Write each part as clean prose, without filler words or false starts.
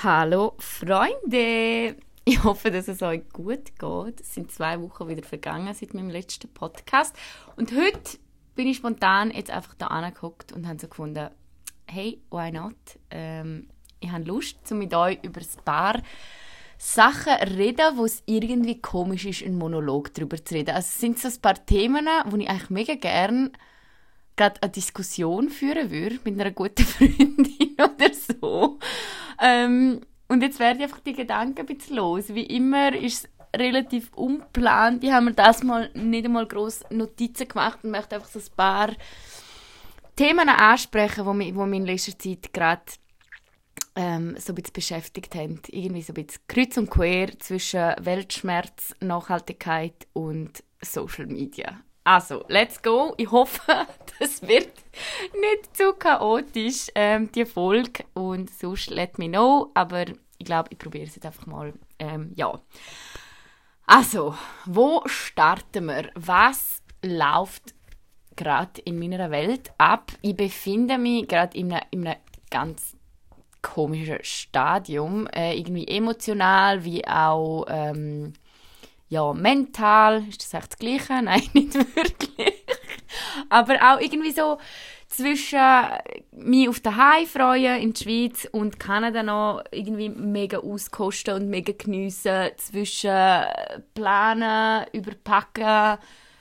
Hallo Freunde! Ich hoffe, dass es euch gut geht. Es sind 2 Wochen wieder vergangen seit meinem letzten Podcast. Und heute bin ich spontan jetzt einfach da angeguckt und habe so gefunden, hey, why not? Ich habe Lust, mit euch über ein paar Sachen zu reden, wo es irgendwie komisch ist, einen Monolog darüber zu reden. Also es sind so ein paar Themen, wo ich eigentlich mega gerne gerade eine Diskussion führen würde mit einer guten Freundin oder so. Und jetzt werde ich einfach die Gedanken ein bisschen los. Wie immer ist es relativ ungeplant. Ich habe mir das mal nicht einmal gross Notizen gemacht und möchte einfach so ein paar Themen ansprechen, die mich in letzter Zeit gerade so ein bisschen beschäftigt haben. Irgendwie so ein bisschen kreuz und quer zwischen Weltschmerz, Nachhaltigkeit und Social Media. Also, let's go. Ich hoffe, das wird nicht zu chaotisch, die Folge. Und sonst let me know. Aber ich glaube, ich probiere es jetzt einfach mal. Ja. Also, wo starten wir? Was läuft gerade in meiner Welt ab? Ich befinde mich gerade in einem ganz komischen Stadium. Irgendwie emotional, wie auch mental. Ist das echt das Gleiche? Nein, nicht wirklich. Aber auch irgendwie so zwischen mich auf daheim freuen in der Schweiz und Kanada noch irgendwie mega auskosten und mega geniessen. Zwischen planen, überpacken,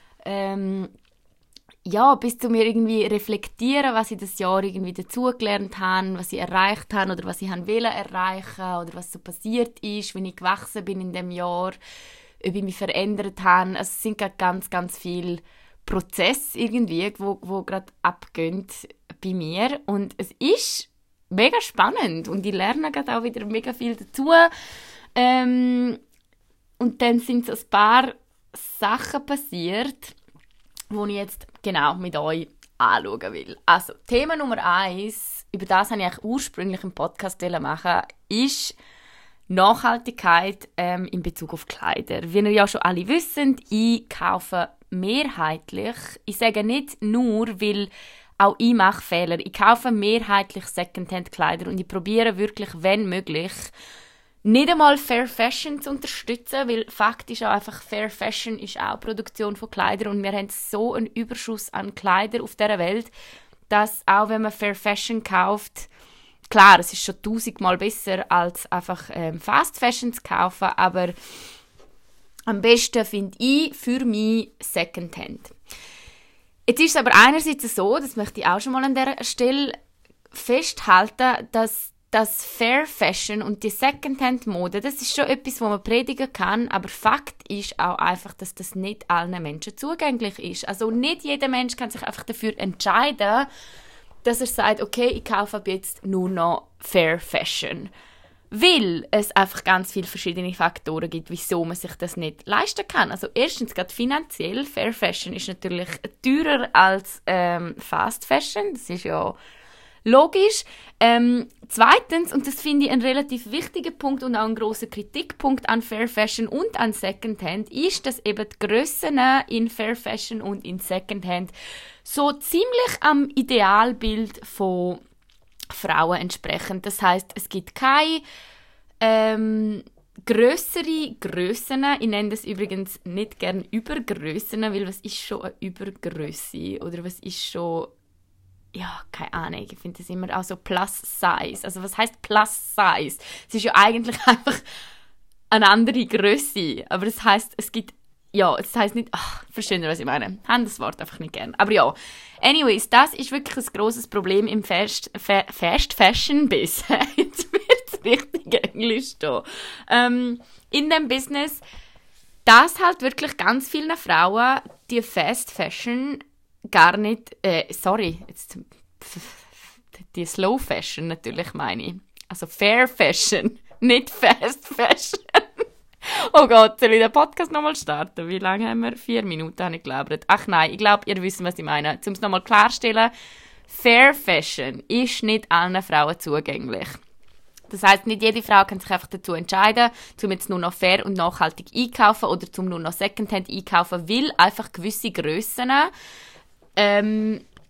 bis zu mir irgendwie reflektieren, was ich das Jahr irgendwie dazugelernt habe, was ich erreicht habe oder was ich wollte erreichen oder was so passiert ist, wie ich gewachsen bin in dem Jahr, ob ich mich verändert habe. Also es sind gerade ganz, ganz viele Prozesse irgendwie, wo gerade abgehen bei mir. Und es ist mega spannend und ich lerne gerade auch wieder mega viel dazu. Und dann sind so ein paar Sachen passiert, die ich jetzt genau mit euch anschauen will. Also, Thema Nummer 1, über das habe ich eigentlich ursprünglich im Podcast machen, ist Nachhaltigkeit in Bezug auf Kleider. Wie ihr ja schon alle wisst, ich kaufe mehrheitlich, ich sage nicht nur, weil auch ich mache Fehler, ich kaufe mehrheitlich Secondhand-Kleider und ich probiere wirklich, wenn möglich, nicht einmal Fair Fashion zu unterstützen, weil Fakt ist auch einfach, Fair Fashion ist auch Produktion von Kleidern und wir haben so einen Überschuss an Kleider auf dieser Welt, dass auch wenn man Fair Fashion kauft, klar, es ist schon 1000-mal besser, als einfach Fast Fashion zu kaufen, aber am besten finde ich für mich Secondhand. Jetzt ist es aber einerseits so, das möchte ich auch schon mal an dieser Stelle festhalten, dass das Fair Fashion und die Secondhand-Mode, das ist schon etwas, was man predigen kann, aber Fakt ist auch einfach, dass das nicht allen Menschen zugänglich ist. Also nicht jeder Mensch kann sich einfach dafür entscheiden, dass er sagt, okay, ich kaufe ab jetzt nur noch Fair Fashion. Weil es einfach ganz viele verschiedene Faktoren gibt, wieso man sich das nicht leisten kann. Also erstens, gerade finanziell, Fair Fashion ist natürlich teurer als Fast Fashion, das ist ja logisch. Zweitens, und das finde ich ein relativ wichtiger Punkt und auch ein grosser Kritikpunkt an Fair Fashion und an Secondhand, ist, dass eben die Grössen in Fair Fashion und in Secondhand so ziemlich am Idealbild von Frauen entsprechen. Das heisst, es gibt keine grössere Grössen. Ich nenne das übrigens nicht gerne Übergrössen, weil was ist schon eine Übergrösse? Oder was ist schon, ja, keine Ahnung, ich finde das immer auch so Plus Size. Also was heisst Plus Size? Es ist ja eigentlich einfach eine andere Grösse. Aber das heisst, es gibt, ja, das heisst nicht, versteht ihr, was ich meine? Ich habe das Wort einfach nicht gern. Aber ja, anyways, das ist wirklich ein grosses Problem im Fast Fashion Business. Jetzt wird es richtig Englisch da. In dem Business, dass halt wirklich ganz vielen Frauen die Fast Fashion gar nicht, jetzt die Slow Fashion natürlich meine ich. Also Fair Fashion, nicht Fast Fashion. Oh Gott, soll ich den Podcast nochmal starten? Wie lange haben wir? 4 Minuten, habe ich geglaubt. Ach nein, ich glaube, ihr wisst, was ich meine. Um es nochmal klarstellen, Fair Fashion ist nicht allen Frauen zugänglich. Das heisst, nicht jede Frau kann sich einfach dazu entscheiden, um jetzt nur noch fair und nachhaltig einkaufen oder um nur noch Secondhand einkaufen, weil einfach gewisse Grössen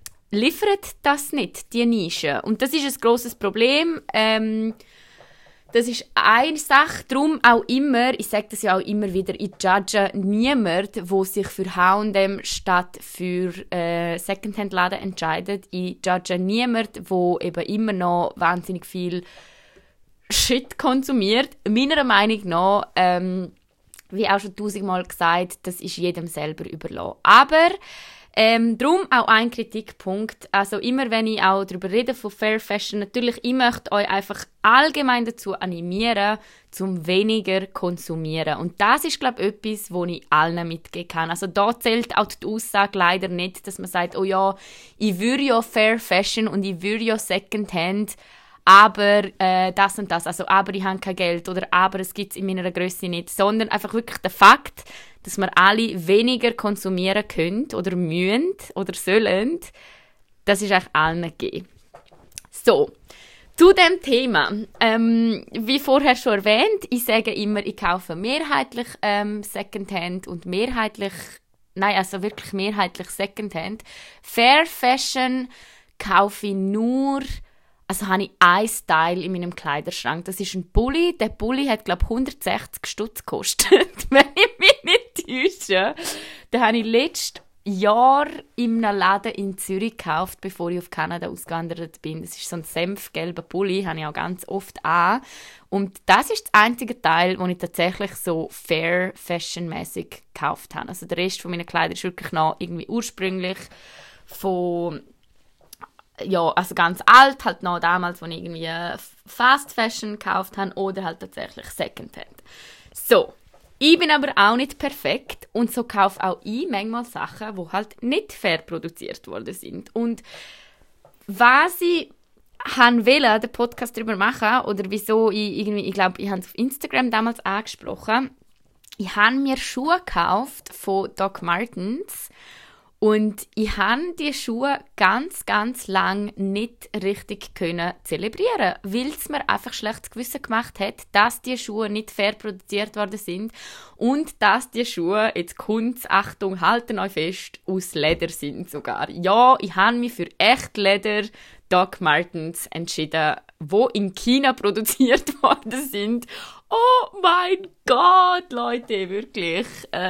liefert das nicht, die Nische. Und das ist ein grosses Problem. Das ist eine Sache. Darum auch immer, ich sage das ja auch immer wieder, ich judge niemand, der sich für H&M statt für Secondhand-Laden entscheidet. Ich judge niemand, der eben immer noch wahnsinnig viel Shit konsumiert. Meiner Meinung nach, wie auch schon 1000-mal gesagt, das ist jedem selber überlassen. Aber darum auch ein Kritikpunkt. Also immer, wenn ich auch darüber rede von Fair Fashion, natürlich, ich möchte euch einfach allgemein dazu animieren, zum weniger konsumieren. Und das ist, glaube ich, etwas, wo ich allen mitgeben kann. Also da zählt auch die Aussage leider nicht, dass man sagt, oh ja, ich würde ja Fair Fashion und ich würde ja Secondhand, aber das und das, also aber ich habe kein Geld oder aber es gibt es in meiner Größe nicht, sondern einfach wirklich der Fakt, dass wir alle weniger konsumieren können oder müssen oder sollen, das ist eigentlich allen gegeben. So, zu dem Thema. Wie vorher schon erwähnt, ich sage immer, ich kaufe mehrheitlich Secondhand und wirklich mehrheitlich Secondhand. Fair Fashion kaufe ich nur. Also habe ich ein Style in meinem Kleiderschrank. Das ist ein Pulli. Der Pulli hat, glaube ich, 160 Stutz gekostet, wenn ich mich nicht täusche. Den habe ich letztes Jahr in einem Laden in Zürich gekauft, bevor ich auf Kanada ausgewandert bin. Das ist so ein senfgelber Pulli, habe ich auch ganz oft an. Und das ist das einzige Teil, den ich tatsächlich so fair fashion-mäßig gekauft habe. Also der Rest von meinen Kleidern ist wirklich noch irgendwie ursprünglich von... Ja, also ganz alt, halt noch damals, als ich irgendwie Fast Fashion gekauft habe oder halt tatsächlich Secondhand. So, ich bin aber auch nicht perfekt und so kaufe auch ich manchmal Sachen, die halt nicht fair produziert worden sind. Und was ich wollte, den Podcast darüber machen oder wieso ich glaube, ich habe es auf Instagram damals angesprochen, ich habe mir Schuhe gekauft von Doc Martens. Und ich konnte diese Schuhe ganz, ganz lang nicht richtig zelebrieren, weil es mir einfach schlechtes Gewissen gemacht hat, dass die Schuhe nicht fair produziert worden sind und dass die Schuhe, jetzt kommt's, Achtung, halten euch fest, aus Leder sind sogar. Ja, ich habe mich für echt Leder Doc Martens entschieden, wo in China produziert worden sind. Oh mein Gott, Leute, wirklich.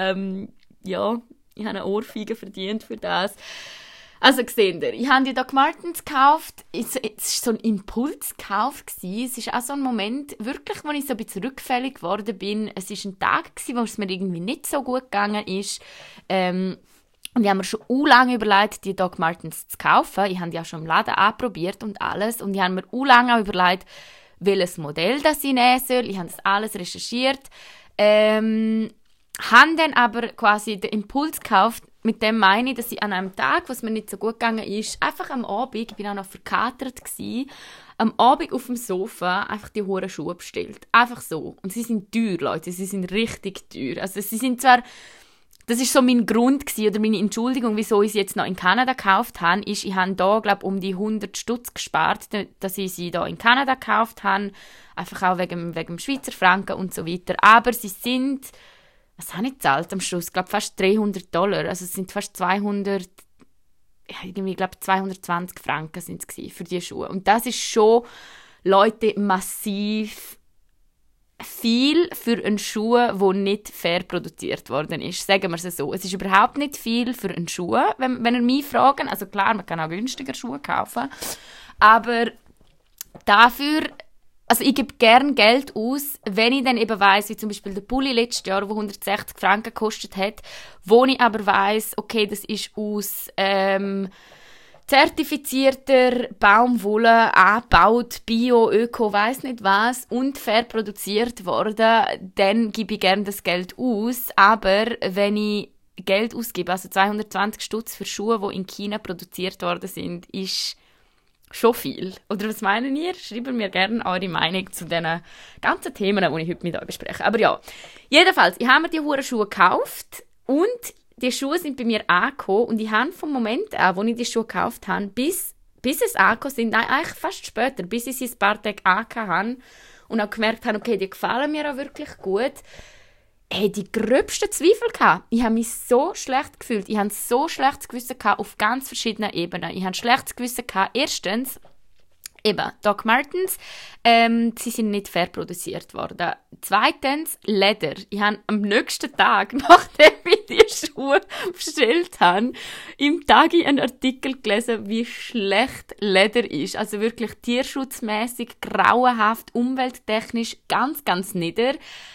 Ja, ich habe eine Ohrfeige verdient für das. Also, seht ihr, ich habe die Doc Martens gekauft. Es war so ein Impulskauf. Es war auch so ein Moment, wirklich, wo ich so ein bisschen rückfällig geworden bin. Es war ein Tag, wo es mir irgendwie nicht so gut gegangen ist. Und ich habe mir schon lange überlegt, die Doc Martens zu kaufen. Ich habe die auch schon im Laden anprobiert und alles. Und ich habe mir lange auch überlegt, welches Modell das ich nehmen soll. Ich habe das alles recherchiert. Habe dann aber quasi den Impuls gekauft, mit dem meine ich, dass ich an einem Tag, wo es mir nicht so gut gegangen ist, einfach am Abend, ich war auch noch verkatert gewesen, am Abend auf dem Sofa einfach die hohen Schuhe bestellt. Einfach so. Und sie sind teuer, Leute, sie sind richtig teuer. Also sie sind zwar, das ist so mein Grund gewesen, oder meine Entschuldigung, wieso ich sie jetzt noch in Kanada gekauft habe, ist, ich habe da, glaube ich, um die 100 Stutz gespart, dass ich sie da in Kanada gekauft habe, einfach auch wegen dem Schweizer Franken und so weiter. Aber sie sind... Was habe ich gezahlt am Schluss? Ich glaube fast $300. Also es sind fast 200, ich glaube 220 Franken sind es für die Schuhe. Und das ist schon, Leute, massiv viel für einen Schuh, der nicht fair produziert worden ist. Sagen wir es so. Es ist überhaupt nicht viel für einen Schuh, wenn ihr mich fragen. Also klar, man kann auch günstiger Schuhe kaufen. Aber dafür... Also ich gebe gerne Geld aus, wenn ich dann eben weiss, wie zum Beispiel der Pulli letztes Jahr, der 160 Franken gekostet hat, wo ich aber weiss, okay, das ist aus zertifizierter Baumwolle angebaut, Bio, Öko, weiss nicht was, und fair produziert worden, dann gebe ich gerne das Geld aus. Aber wenn ich Geld ausgebe, also 220 Stutz für Schuhe, die in China produziert worden sind, ist schon viel. Oder was meinen ihr? Schreibt mir gerne eure Meinung zu diesen ganzen Themen, die ich heute mit euch bespreche. Aber ja, jedenfalls, ich habe mir die hohen Schuhe gekauft und die Schuhe sind bei mir angekommen und ich habe vom Moment an, wo ich die Schuhe gekauft habe, bis es angekommen sind, nein, eigentlich fast später, bis ich sie ein paar Tage angehabt habe und auch gemerkt habe, okay, die gefallen mir auch wirklich gut, die gröbsten Zweifel gehabt. Ich habe mich so schlecht gefühlt. Ich hatte so schlechtes Gewissen gehabt auf ganz verschiedenen Ebenen. Ich hatte schlechtes Gewissen gehabt. Erstens, Eben, Doc Martens, sie sind nicht fair produziert worden. Zweitens, Leder. Ich habe am nächsten Tag, nachdem ich die Schuhe bestellt habe, im Tagi einen Artikel gelesen, wie schlecht Leder ist. Also wirklich tierschutzmäßig, grauenhaft, umwelttechnisch, ganz, ganz nieder.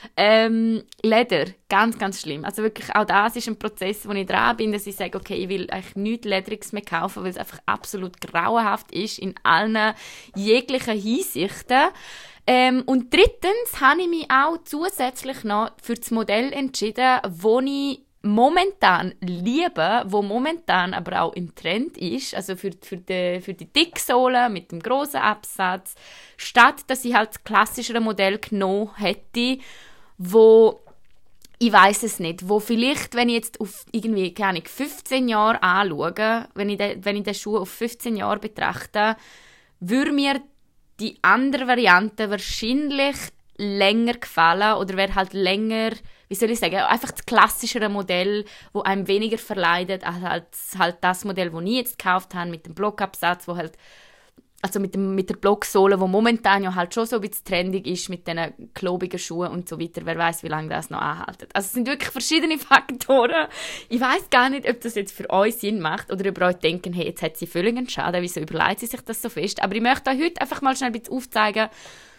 Leder, ganz, ganz schlimm. Also wirklich, auch das ist ein Prozess, wo ich dran bin, dass ich sage, okay, ich will eigentlich nichts Lederiges mehr kaufen, weil es einfach absolut grauenhaft ist in allen jeglichen Hinsichten. Und drittens habe ich mich auch zusätzlich noch für das Modell entschieden, das ich momentan liebe, wo momentan aber auch im Trend ist, also für die Dicksohle mit dem grossen Absatz, statt dass ich halt das klassischere Modell genommen hätte, wo ich weiss es nicht, wo vielleicht, wenn ich jetzt auf irgendwie, keine Ahnung, 15 Jahre anschaue, wenn ich den Schuh auf 15 Jahre betrachte, würde mir die andere Variante wahrscheinlich länger gefallen oder wäre halt länger, wie soll ich sagen, einfach das klassischere Modell, das einem weniger verleidet, als halt das Modell, das ich jetzt gekauft habe, mit dem Blockabsatz, wo halt, also mit der Blocksohle, die momentan ja halt schon so ein bisschen trendig ist, mit diesen klobigen Schuhen und so weiter. Wer weiß, wie lange das noch anhält. Also es sind wirklich verschiedene Faktoren. Ich weiß gar nicht, ob das jetzt für euch Sinn macht oder ob ihr euch denken, hey, jetzt hat sie völlig einen Schaden, wieso überlegt sie sich das so fest. Aber ich möchte euch heute einfach mal schnell ein bisschen aufzeigen,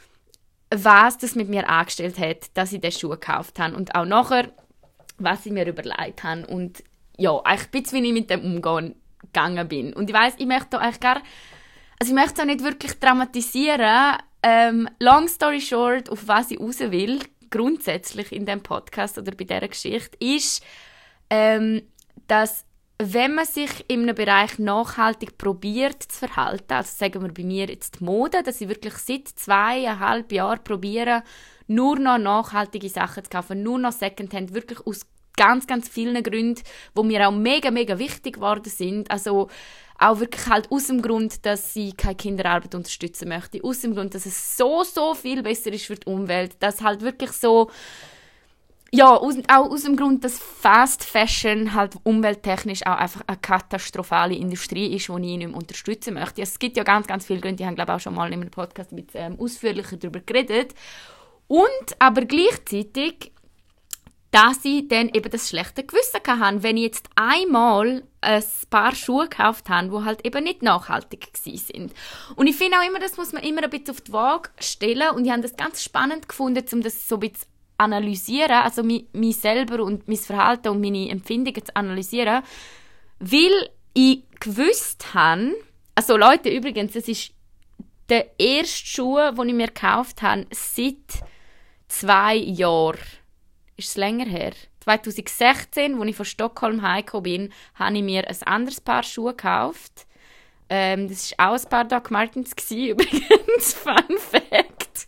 was das mit mir angestellt hat, dass ich diesen Schuh gekauft habe. Und auch nachher, was ich mir überlegt habe. Und ja, eigentlich ein bisschen, wie ich mit dem umgegangen bin. Und ich weiss, ich möchte eigentlich ich möchte es auch nicht wirklich dramatisieren. Long story short, auf was ich raus will, grundsätzlich in diesem Podcast oder bei dieser Geschichte, ist, dass wenn man sich in einem Bereich nachhaltig probiert zu verhalten, also sagen wir bei mir jetzt die Mode, dass ich wirklich seit 2,5 Jahren probiere, nur noch nachhaltige Sachen zu kaufen, nur noch Secondhand, wirklich aus ganz, ganz vielen Gründen, die mir auch mega, mega wichtig geworden sind. Also auch wirklich halt aus dem Grund, dass ich keine Kinderarbeit unterstützen möchte. Aus dem Grund, dass es so, so viel besser ist für die Umwelt. Dass halt wirklich so, ja, auch aus dem Grund, dass Fast Fashion halt umwelttechnisch auch einfach eine katastrophale Industrie ist, die ich nicht mehr unterstützen möchte. Es gibt ja ganz, ganz viele Gründe, die haben, glaube ich, auch schon mal in einem Podcast ein bisschen ausführlicher darüber geredet. Und aber gleichzeitig, dass ich dann eben das schlechte Gewissen hatte, wenn ich jetzt einmal ein paar Schuhe gekauft habe, die halt eben nicht nachhaltig waren. Und ich finde auch immer, das muss man immer ein bisschen auf die Waage stellen. Und ich habe das ganz spannend gefunden, um das so ein bisschen zu analysieren, also mich selber und mein Verhalten und meine Empfindungen zu analysieren, weil ich gewusst habe, also Leute, übrigens, das ist der erste Schuh, den ich mir gekauft habe, seit 2 Jahren. Ist es länger her? 2016, als ich von Stockholm heimgekommen bin, habe ich mir ein anderes Paar Schuhe gekauft. Das war auch ein Paar Doc Martens übrigens. Fun Fact.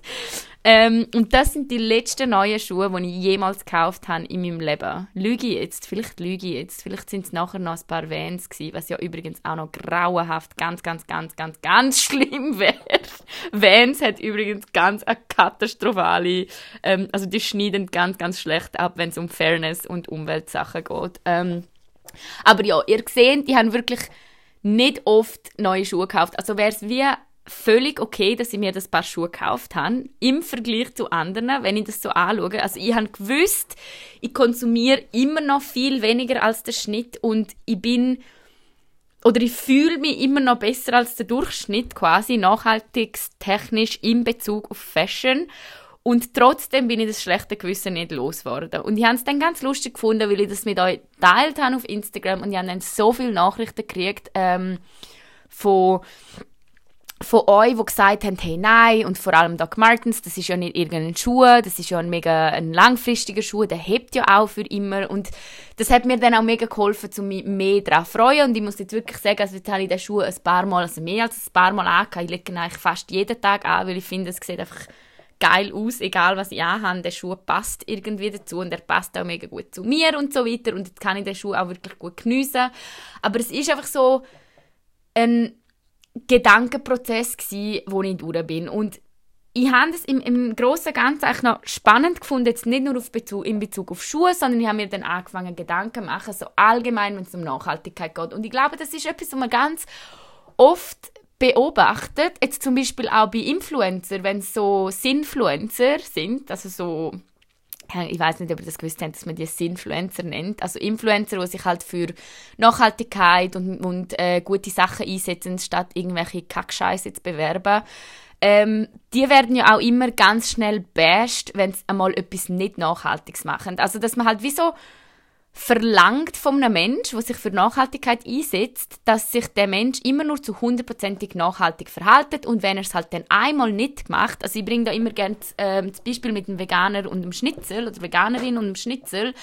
Und das sind die letzten neuen Schuhe, die ich jemals gekauft habe in meinem Leben. Vielleicht lüge ich jetzt. Vielleicht sind es nachher noch ein paar Vans gewesen, was ja übrigens auch noch grauenhaft ganz, ganz, ganz, ganz, ganz schlimm wäre. Vans hat übrigens ganz eine katastrophale, also die schneiden ganz, ganz schlecht ab, wenn es um Fairness und Umweltsachen geht. Aber ja, ihr seht, die haben wirklich nicht oft neue Schuhe gekauft. Also wäre es wie völlig okay, dass ich mir das Paar Schuhe gekauft habe, im Vergleich zu anderen, wenn ich das so anschaue. Also ich habe gewusst, ich konsumiere immer noch viel weniger als der Schnitt und ich fühle mich immer noch besser als der Durchschnitt, quasi nachhaltigstechnisch in Bezug auf Fashion. Und trotzdem bin ich das schlechte Gewissen nicht losgeworden. Und ich habe es dann ganz lustig gefunden, weil ich das mit euch geteilt habe auf Instagram und ich habe dann so viele Nachrichten gekriegt von euch, die gesagt haben, hey, nein, und vor allem Doc Martens, das ist ja nicht irgendein Schuh, das ist ja ein langfristiger Schuh, der hebt ja auch für immer. Und das hat mir dann auch mega geholfen, um mich mehr daran zu freuen. Und ich muss jetzt wirklich sagen, also jetzt habe ich den Schuh mehr als ein paar Mal angehabt. Ich lege ihn eigentlich fast jeden Tag an, weil ich finde, es sieht einfach geil aus, egal was ich anhabe. Der Schuh passt irgendwie dazu und er passt auch mega gut zu mir und so weiter. Und jetzt kann ich den Schuh auch wirklich gut geniessen. Aber es ist einfach so ein Gedankenprozess gsi, wo ich durch bin. Und ich habe das im Grossen und Ganzen eigentlich noch spannend gefunden, jetzt nicht nur in Bezug auf Schuhe, sondern ich habe mir dann angefangen, Gedanken zu machen, so allgemein, wenn es um Nachhaltigkeit geht. Und ich glaube, das ist etwas, was man ganz oft beobachtet, jetzt zum Beispiel auch bei Influencer, wenn es so Sinfluencer sind, also so, ich weiß nicht, ob ihr das gewusst habt, dass man die Sinfluencer nennt, also Influencer, die sich halt für Nachhaltigkeit und gute Sachen einsetzen, statt irgendwelche Kackscheiße zu bewerben. Die werden ja auch immer ganz schnell bashed, wenn sie einmal etwas nicht Nachhaltiges machen. Also, dass man halt wie so verlangt von einem Menschen, der sich für Nachhaltigkeit einsetzt, dass sich der Mensch immer nur zu 100% nachhaltig verhält und wenn er es halt dann einmal nicht macht, also ich bringe da immer gerne das Beispiel mit dem Veganer und dem Schnitzel oder Veganerin und dem Schnitzel.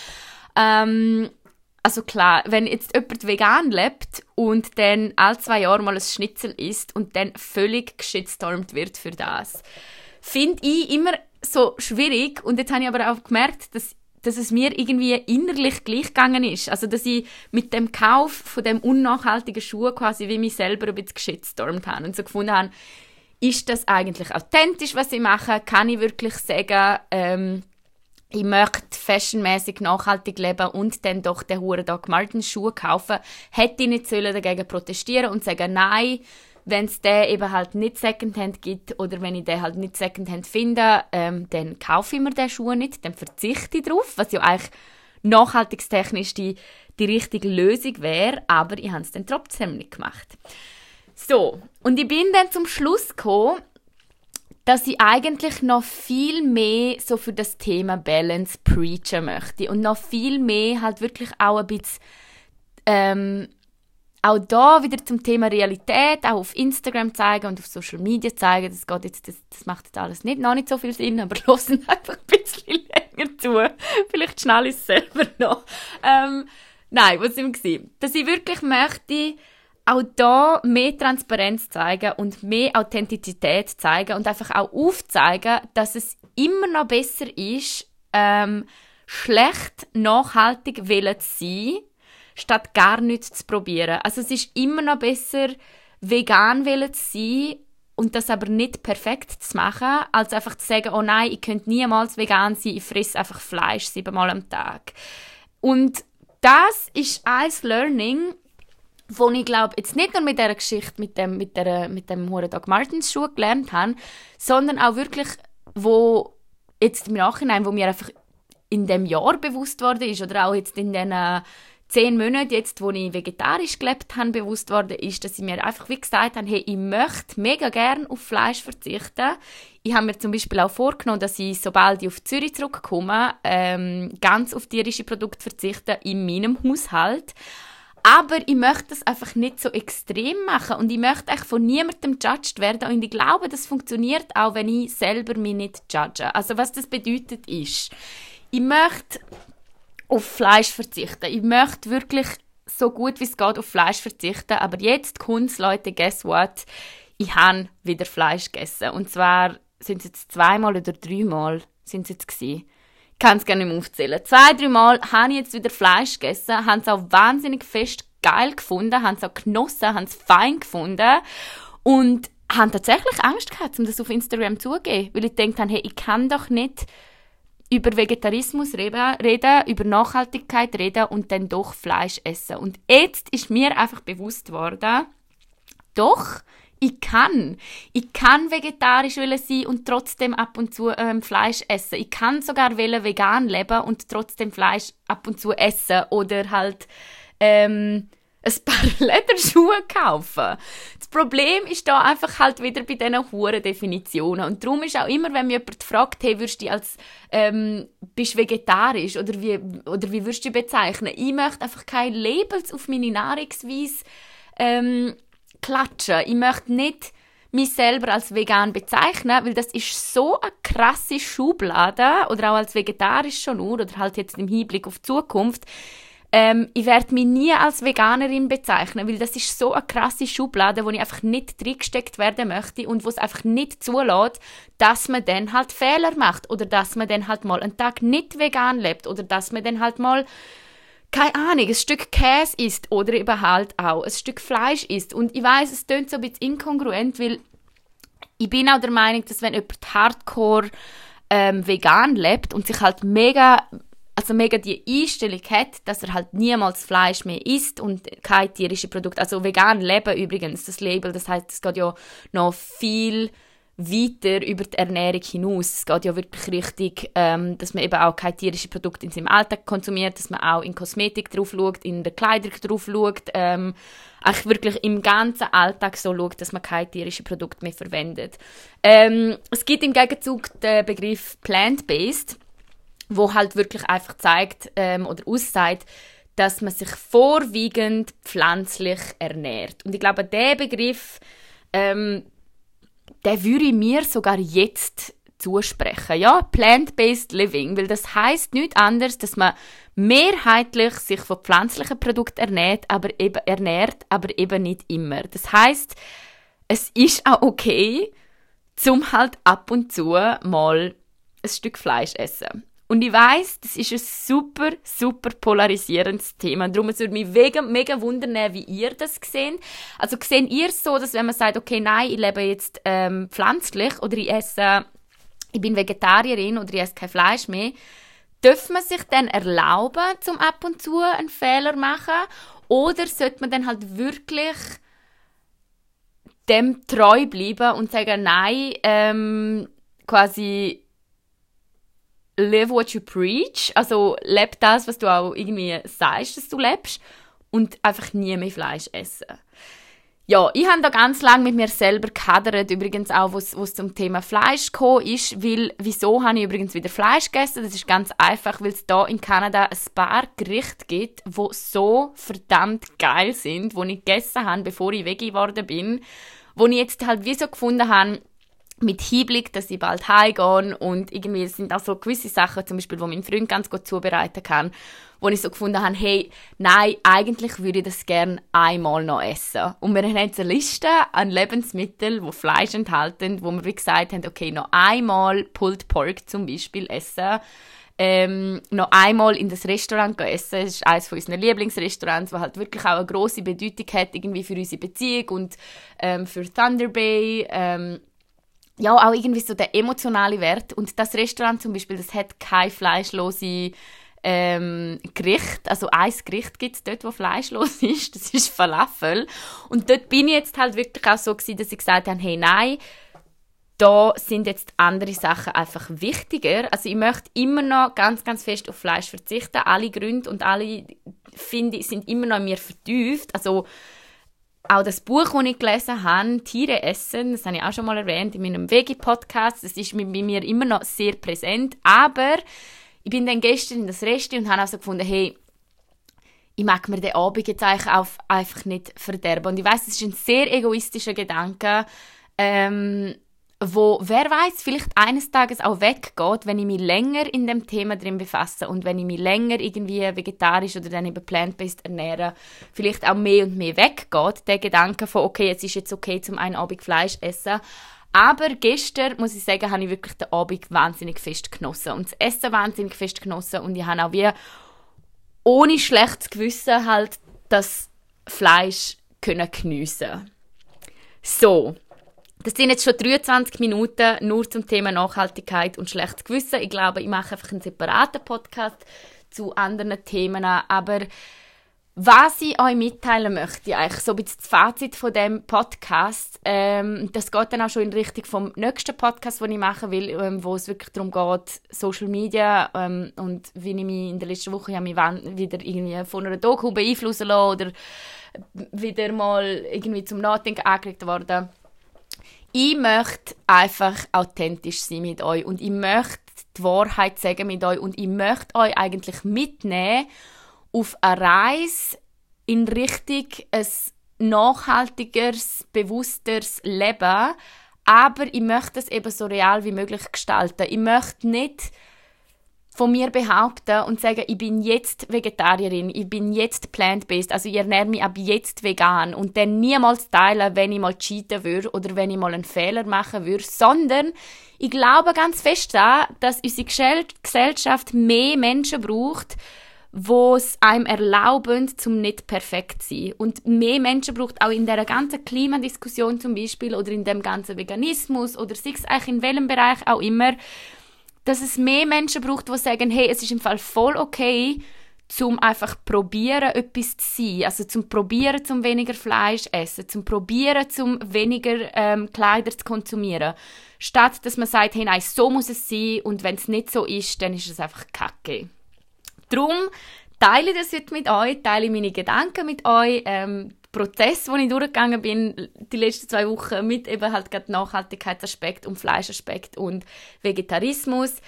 Also klar, wenn jetzt jemand vegan lebt und dann alle 2 Jahre mal ein Schnitzel isst und dann völlig geschitstormt wird für das, finde ich immer so schwierig und jetzt habe ich aber auch gemerkt, dass es mir irgendwie innerlich gleich gegangen ist. Also, dass ich mit dem Kauf von dem unnachhaltigen Schuh quasi wie mich selber ein bisschen geschitstormt habe und so gefunden habe, ist das eigentlich authentisch, was ich mache? Kann ich wirklich sagen, ich möchte fashionmäßig nachhaltig leben und dann doch den huren Doc Martens Schuh kaufen? Hätte ich nicht dagegen protestieren und sagen, nein, wenn es den eben halt nicht Secondhand gibt oder wenn ich den halt nicht Secondhand finde, dann kaufe ich mir den Schuh nicht, dann verzichte ich drauf, was ja eigentlich nachhaltigstechnisch die richtige Lösung wäre, aber ich habe es dann trotzdem nicht gemacht. So, und ich bin dann zum Schluss gekommen, dass ich eigentlich noch viel mehr so für das Thema Balance preachen möchte und noch viel mehr halt wirklich auch ein bisschen auch da wieder zum Thema Realität, auch auf Instagram zeigen und auf Social Media zeigen. Das macht jetzt alles noch nicht so viel Sinn, aber hören einfach ein bisschen länger zu. Vielleicht schnell ist es selber noch. Nein, was sind wir? Dass ich wirklich möchte, auch da mehr Transparenz zeigen und mehr Authentizität zeigen und einfach auch aufzeigen, dass es immer noch besser ist, schlecht nachhaltig zu sein, statt gar nichts zu probieren. Also es ist immer noch besser, vegan zu sein und das aber nicht perfekt zu machen, als einfach zu sagen, oh nein, ich könnte niemals vegan sein, ich fresse einfach Fleisch 7-mal am Tag. Und das ist ein Learning, wo ich glaube, jetzt nicht nur mit dieser Geschichte, mit dem Hure Doc Martens Schuh gelernt habe, sondern auch wirklich, wo jetzt im Nachhinein, wo mir einfach in dem Jahr bewusst worden ist oder auch jetzt in den 10 Monate, jetzt, wo ich vegetarisch gelebt habe, bewusst worden ist, dass ich mir einfach wie gesagt habe, hey, ich möchte mega gerne auf Fleisch verzichten. Ich habe mir zum Beispiel auch vorgenommen, dass ich, sobald ich auf Zürich zurückkomme, ganz auf tierische Produkte verzichte in meinem Haushalt. Aber ich möchte das einfach nicht so extrem machen und ich möchte echt von niemandem judged werden und ich glaube, das funktioniert auch, wenn ich selber mich nicht judge. Also was das bedeutet ist, ich möchte auf Fleisch verzichten. Ich möchte wirklich so gut wie es geht auf Fleisch verzichten. Aber jetzt kommt's, Leute, guess what? Ich habe wieder Fleisch gegessen. Und zwar sind es jetzt 2-mal oder 3-mal sind es jetzt gewesen. Ich kann es gar nicht mehr aufzählen. 2-3 Mal habe ich jetzt wieder Fleisch gegessen, habe es auch wahnsinnig fest geil gefunden, habe es auch genossen, habe es fein gefunden und habe tatsächlich Angst gehabt, um das auf Instagram zuzugeben. Weil ich gedacht habe, hey, ich kann doch nicht über Vegetarismus reden, über Nachhaltigkeit reden und dann doch Fleisch essen. Und jetzt ist mir einfach bewusst geworden, doch, ich kann vegetarisch sein und trotzdem ab und zu Fleisch essen. Ich kann sogar vegan leben und trotzdem Fleisch ab und zu essen oder halt ein paar Lederschuhe kaufen. Das Problem ist da einfach halt wieder bei diesen hohen Definitionen. Und darum ist auch immer, wenn mich jemand fragt, hey, bist du vegetarisch oder wie würdest du dich bezeichnen? Ich möchte einfach keine Labels auf meine Nahrungsweise klatschen. Ich möchte nicht mich selber als vegan bezeichnen, weil das ist so eine krasse Schublade oder auch als vegetarisch schon nur oder halt jetzt im Hinblick auf die Zukunft. Ich werde mich nie als Veganerin bezeichnen, weil das ist so eine krasse Schublade, wo ich einfach nicht reingesteckt werden möchte und wo es einfach nicht zulässt, dass man dann halt Fehler macht oder dass man dann halt mal einen Tag nicht vegan lebt oder dass man dann halt mal, keine Ahnung, ein Stück Käse isst oder eben halt auch ein Stück Fleisch isst. Und ich weiss, es klingt so ein bisschen inkongruent, weil ich bin auch der Meinung, dass wenn jemand hardcore vegan lebt und sich halt mega also mega die Einstellung hat, dass er halt niemals Fleisch mehr isst und kein tierisches Produkt, also vegan leben übrigens, das Label, das heisst, es geht ja noch viel weiter über die Ernährung hinaus. Es geht ja wirklich richtig, dass man eben auch kein tierisches Produkt in seinem Alltag konsumiert, dass man auch in Kosmetik drauf schaut, in der Kleidung drauf schaut, eigentlich wirklich im ganzen Alltag so schaut, dass man kein tierisches Produkt mehr verwendet. Es gibt im Gegenzug den Begriff Plant-Based, wo halt wirklich einfach zeigt oder aussagt, dass man sich vorwiegend pflanzlich ernährt. Und ich glaube, der Begriff, der würde ich mir sogar jetzt zusprechen. Ja, Plant-Based Living, weil das heisst nichts anderes, dass man mehrheitlich sich von pflanzlichen Produkten ernährt, aber eben nicht immer. Das heisst, es ist auch okay, zum halt ab und zu mal ein Stück Fleisch essen. Und ich weiss, das ist ein super, super polarisierendes Thema. Darum würde mich mega wundern, wie ihr das seht. Also seht ihr es so, dass wenn man sagt, okay, nein, ich lebe jetzt pflanzlich oder ich bin Vegetarierin oder ich esse kein Fleisch mehr, darf man sich dann erlauben, zum ab und zu einen Fehler machen? Oder sollte man dann halt wirklich dem treu bleiben und sagen, nein, quasi live what you preach, also lebe das, was du auch irgendwie sagst, dass du lebst und einfach nie mehr Fleisch essen. Ja, ich habe da ganz lange mit mir selber gehadert, übrigens auch, wo es zum Thema Fleisch gekommen ist, weil, wieso habe ich übrigens wieder Fleisch gegessen? Das ist ganz einfach, weil es da in Kanada ein paar Gerichte gibt, die so verdammt geil sind, die ich gegessen habe, bevor ich Veggie geworden bin, wo ich jetzt halt wie so gefunden habe, mit Hinblick, dass ich bald heimgehe und irgendwie sind auch so gewisse Sachen, zum Beispiel, die mein Freund ganz gut zubereiten kann, wo ich so gefunden habe, hey, nein, eigentlich würde ich das gerne einmal noch essen. Und wir haben jetzt eine Liste an Lebensmitteln, die Fleisch enthalten, wo wir wie gesagt haben, okay, noch einmal Pulled Pork zum Beispiel essen, noch einmal in das Restaurant essen. Das ist eines von unseren Lieblingsrestaurants, das halt wirklich auch eine grosse Bedeutung hat irgendwie für unsere Beziehung und für Thunder Bay, ja, auch irgendwie so der emotionale Wert. Und das Restaurant zum Beispiel, das hat kein fleischlose Gericht. Also ein Gericht gibt es dort, das fleischlos ist. Das ist Falafel. Und dort bin ich jetzt halt wirklich auch so gewesen, dass ich gesagt habe, hey, nein, da sind jetzt andere Sachen einfach wichtiger. Also ich möchte immer noch ganz, ganz fest auf Fleisch verzichten. Alle Gründe und alle, finde ich, sind immer noch in mir vertieft. Also auch das Buch, das ich gelesen habe, Tiere essen, das habe ich auch schon mal erwähnt in meinem Veggie-Podcast, das ist bei mir immer noch sehr präsent. Aber ich bin dann gestern in das Restaurant und habe auch so gefunden, hey, ich mag mir den Abend jetzt einfach nicht verderben. Und ich weiss, es ist ein sehr egoistischer Gedanke, wo, wer weiß, vielleicht eines Tages auch weggeht, wenn ich mich länger in dem Thema drin befasse und wenn ich mich länger irgendwie vegetarisch oder dann eben plant-based ernähre, vielleicht auch mehr und mehr weggeht, der Gedanke von, okay, es ist jetzt okay, zum einen Abend Fleisch essen. Aber gestern, muss ich sagen, habe ich wirklich den Abend wahnsinnig fest genossen und das Essen wahnsinnig fest genossen und ich habe auch wie ohne schlechtes Gewissen halt das Fleisch geniessen können. So. Das sind jetzt schon 23 Minuten nur zum Thema Nachhaltigkeit und schlechtes Gewissen. Ich glaube, ich mache einfach einen separaten Podcast zu anderen Themen. Aber was ich euch mitteilen möchte, eigentlich so ein bisschen das Fazit von dem Podcast, das geht dann auch schon in Richtung vom nächsten Podcast, den ich machen will, wo es wirklich darum geht, Social Media und wie ich mich in der letzten Woche mich wieder irgendwie von einer Doku beeinflussen lasse oder wieder mal irgendwie zum Nachdenken angeregt worden. Ich möchte einfach authentisch sein mit euch und ich möchte die Wahrheit sagen mit euch und ich möchte euch eigentlich mitnehmen auf eine Reise in Richtung ein nachhaltigeres, bewussteres Leben, aber ich möchte es eben so real wie möglich gestalten. Ich möchte nicht von mir behaupten und sagen, ich bin jetzt Vegetarierin, ich bin jetzt plant-based, also ich ernähre mich ab jetzt vegan und dann niemals teilen, wenn ich mal cheaten würde oder wenn ich mal einen Fehler machen würde, sondern ich glaube ganz fest daran, dass unsere Gesellschaft mehr Menschen braucht, die es einem erlauben, zum nicht perfekt zu sein. Und mehr Menschen braucht auch in dieser ganzen Klimadiskussion zum Beispiel oder in dem ganzen Veganismus oder sei es eigentlich in welchem Bereich auch immer, dass es mehr Menschen braucht, die sagen, hey, es ist im Fall voll okay, zum einfach probieren, etwas zu sein. Also zum Probieren, zum weniger Fleisch essen, zum Probieren, zum weniger Kleider zu konsumieren. Statt, dass man sagt, hey, nein, so muss es sein und wenn es nicht so ist, dann ist es einfach Kacke. Darum teile ich das heute mit euch, teile meine Gedanken mit euch, Prozess, den ich durchgegangen bin, die letzten 2 Wochen, mit eben halt gerade Nachhaltigkeitsaspekt und Fleischaspekt und Vegetarismus.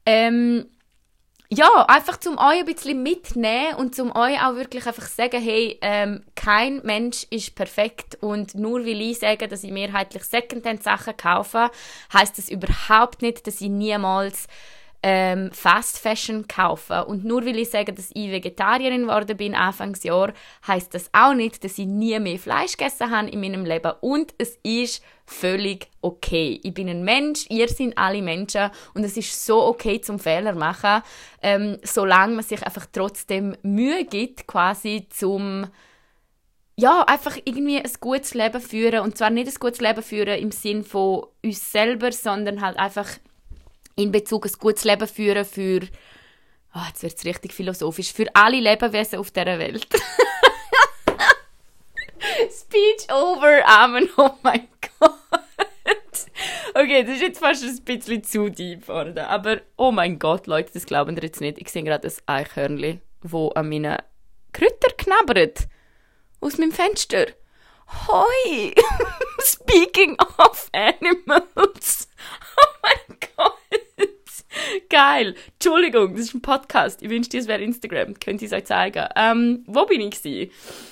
Ja, einfach zum euch ein bisschen mitnehmen und zum euch auch wirklich einfach sagen, hey, kein Mensch ist perfekt und nur weil ich sage, dass ich mehrheitlich Secondhand-Sachen kaufe, heisst das überhaupt nicht, dass ich niemals Fast Fashion kaufen. Und nur weil ich sage, dass ich Vegetarierin geworden bin Anfangsjahr, heisst das auch nicht, dass ich nie mehr Fleisch gegessen habe in meinem Leben. Und es ist völlig okay. Ich bin ein Mensch, ihr seid alle Menschen und es ist so okay zum Fehler machen, solange man sich einfach trotzdem Mühe gibt, quasi zum einfach irgendwie ein gutes Leben führen. Und zwar nicht ein gutes Leben führen im Sinn von uns selber, sondern halt einfach in Bezug ein gutes Leben führen für, jetzt wird es richtig philosophisch, für alle Lebewesen auf dieser Welt. Speech over, Amen, oh mein Gott. Okay, das ist jetzt fast ein bisschen zu deep geworden, aber oh mein Gott, Leute, das glauben ihr jetzt nicht. Ich sehe gerade ein Eichhörnchen, das an meinen Kräutern knabbert. Aus meinem Fenster. Hoi! Speaking of animals. Oh mein Gott. Geil. Entschuldigung, das ist ein Podcast. Ich wünschte, es wäre Instagram. Könnt ihr es euch zeigen. Wo bin ich gewesen?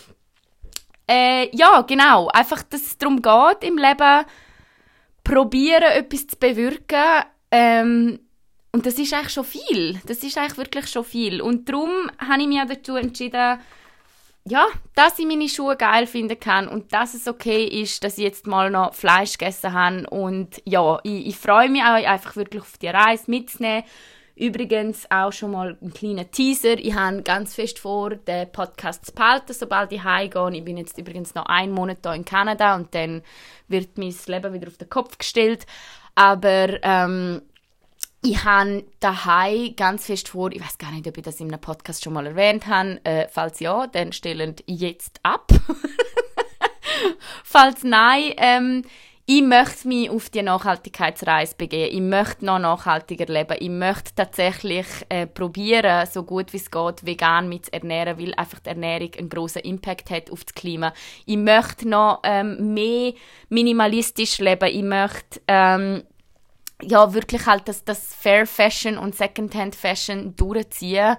Ja, genau. Einfach, dass es darum geht, im Leben probieren, etwas zu bewirken. Und das ist eigentlich schon viel. Das ist eigentlich wirklich schon viel. Und darum habe ich mich dazu entschieden, dass ich meine Schuhe geil finden kann und dass es okay ist, dass ich jetzt mal noch Fleisch gegessen habe. Und ja, ich freue mich auch einfach wirklich auf die Reise mitzunehmen. Übrigens auch schon mal einen kleinen Teaser. Ich habe ganz fest vor, den Podcast zu behalten, sobald ich heimgehe. Ich bin jetzt übrigens noch 1 Monat hier in Kanada und dann wird mein Leben wieder auf den Kopf gestellt. Aber ich habe daheim ganz fest vor, ich weiß gar nicht, ob ich das in einem Podcast schon mal erwähnt habe. Falls ja, dann stellend jetzt ab. Falls nein, ich möchte mich auf die Nachhaltigkeitsreise begeben. Ich möchte noch nachhaltiger leben. Ich möchte tatsächlich probieren, so gut wie es geht, vegan mich zu ernähren, weil einfach die Ernährung einen grossen Impact hat auf das Klima. Ich möchte noch mehr minimalistisch leben. Ich möchte wirklich halt das Fair Fashion und Secondhand Fashion durchziehen.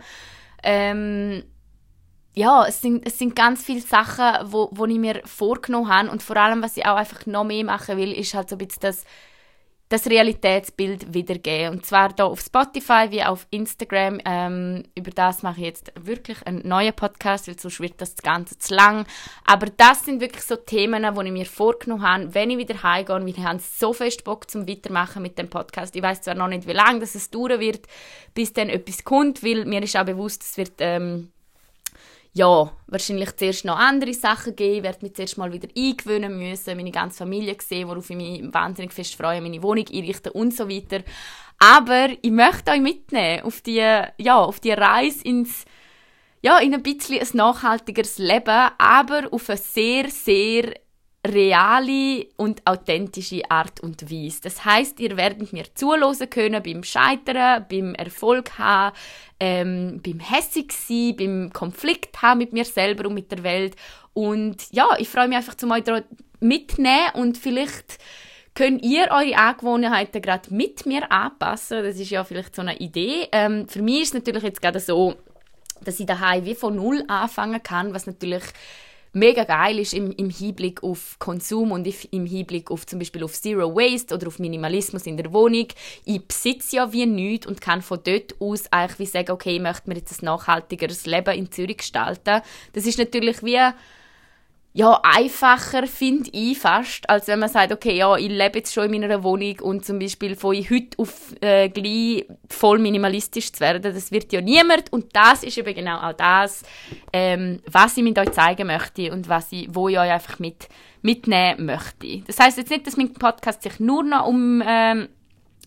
Es sind ganz viele Sachen, wo ich mir vorgenommen habe und vor allem, was ich auch einfach noch mehr machen will, ist halt so ein bisschen das Realitätsbild wiedergeben. Und zwar hier auf Spotify wie auf Instagram. Über das mache ich jetzt wirklich einen neuen Podcast, weil sonst wird das Ganze zu lang. Aber das sind wirklich so Themen, die ich mir vorgenommen habe, wenn ich wieder heimgehe. Und ich habe so fest Bock zum Weitermachen mit dem Podcast. Ich weiss zwar noch nicht, wie lange das es dauern wird, bis dann etwas kommt, weil mir ist auch bewusst, es wird wahrscheinlich zuerst noch andere Sachen geben. Ich werde mich zuerst mal wieder eingewöhnen müssen, meine ganze Familie sehen, worauf ich mich wahnsinnig fest freue, meine Wohnung einrichten und so weiter. Aber ich möchte euch mitnehmen auf die Reise in ein bisschen ein nachhaltigeres Leben, aber auf eine sehr, sehr reale und authentische Art und Weise. Das heisst, ihr werdet mir zuhören können beim Scheitern, beim Erfolg haben, beim hässig sein, beim Konflikt haben mit mir selber und mit der Welt. Und ja, ich freue mich einfach, euch da mitnehmen und vielleicht könnt ihr eure Angewohnheiten gerade mit mir anpassen. Das ist ja vielleicht so eine Idee. Für mich ist es natürlich jetzt gerade so, dass ich daheim wie von null anfangen kann, was natürlich mega geil ist im Hinblick auf Konsum und im Hinblick auf zum Beispiel auf Zero Waste oder auf Minimalismus in der Wohnung. Ich besitze ja wie nichts und kann von dort aus eigentlich wie sagen, okay, ich möchte mir jetzt ein nachhaltigeres Leben in Zürich gestalten. Das ist natürlich wie einfacher, finde ich fast, als wenn man sagt, okay, ja, ich lebe jetzt schon in meiner Wohnung und zum Beispiel von heute auf gleich voll minimalistisch zu werden, das wird ja niemand und das ist eben genau auch das, was ich mit euch zeigen möchte und wo ich euch einfach mitnehmen möchte. Das heisst jetzt nicht, dass mein Podcast sich nur noch um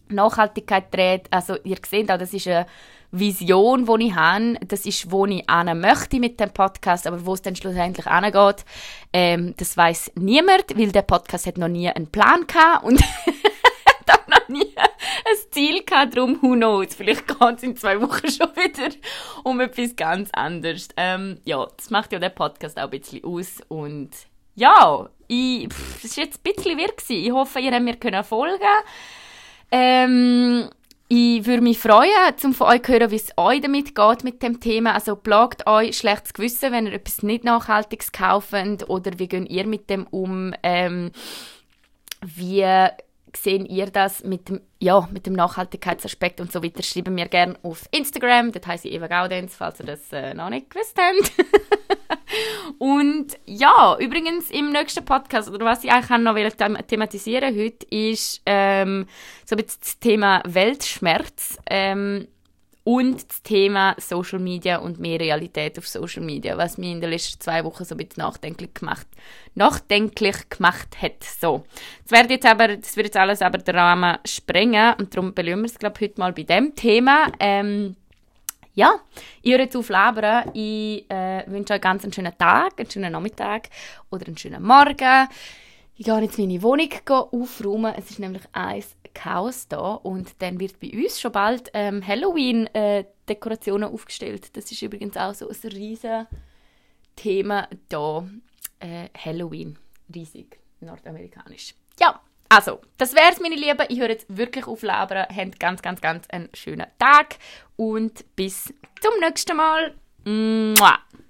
Nachhaltigkeit dreht. Also ihr seht auch, das ist eine Vision, die ich habe. Das ist, wo ich hin möchte mit dem Podcast, aber wo es dann schlussendlich hingeht, das weiss niemand, weil der Podcast hat noch nie einen Plan gehabt und hat noch nie ein Ziel gehabt, darum who knows. Vielleicht geht es in 2 Wochen schon wieder um etwas ganz anderes. Ja, das macht ja der Podcast auch ein bisschen aus und ja, das war jetzt ein bisschen wirr gewesen. Ich hoffe, ihr habt mir folgen können. Ich würde mich freuen, um von euch zu hören, wie es euch damit geht mit dem Thema. Also plagt euch schlechtes Gewissen, wenn ihr etwas nicht Nachhaltiges kauft, oder wie geht ihr mit dem um? Wie seht ihr das mit dem Nachhaltigkeitsaspekt und so weiter? Schreibt mir gerne auf Instagram, dort heisst ich Eva Gaudenz, falls ihr das noch nicht gewusst habt. Und ja, übrigens im nächsten Podcast, oder was ich eigentlich noch thematisieren heute, ist so ein bisschen das Thema Weltschmerz und das Thema Social Media und mehr Realität auf Social Media, was mich in den letzten 2 Wochen so ein bisschen nachdenklich gemacht hat. So. Das wird jetzt alles aber den Rahmen sprengen und darum belassen wir es, glaube ich, heute mal bei dem Thema. Ja, ich höre jetzt auf labern. Ich wünsche euch ganz einen schönen Tag, einen schönen Nachmittag oder einen schönen Morgen. Ich gehe jetzt meine Wohnung aufräumen. Es ist nämlich ein Chaos da und dann wird bei uns schon bald Halloween-Dekorationen aufgestellt. Das ist übrigens auch so ein riesen Thema da. Halloween, riesig, nordamerikanisch. Ja, also, das wär's, meine Lieben. Ich höre jetzt wirklich auf labern. Habt ganz, ganz, ganz einen schönen Tag und bis zum nächsten Mal. Mua.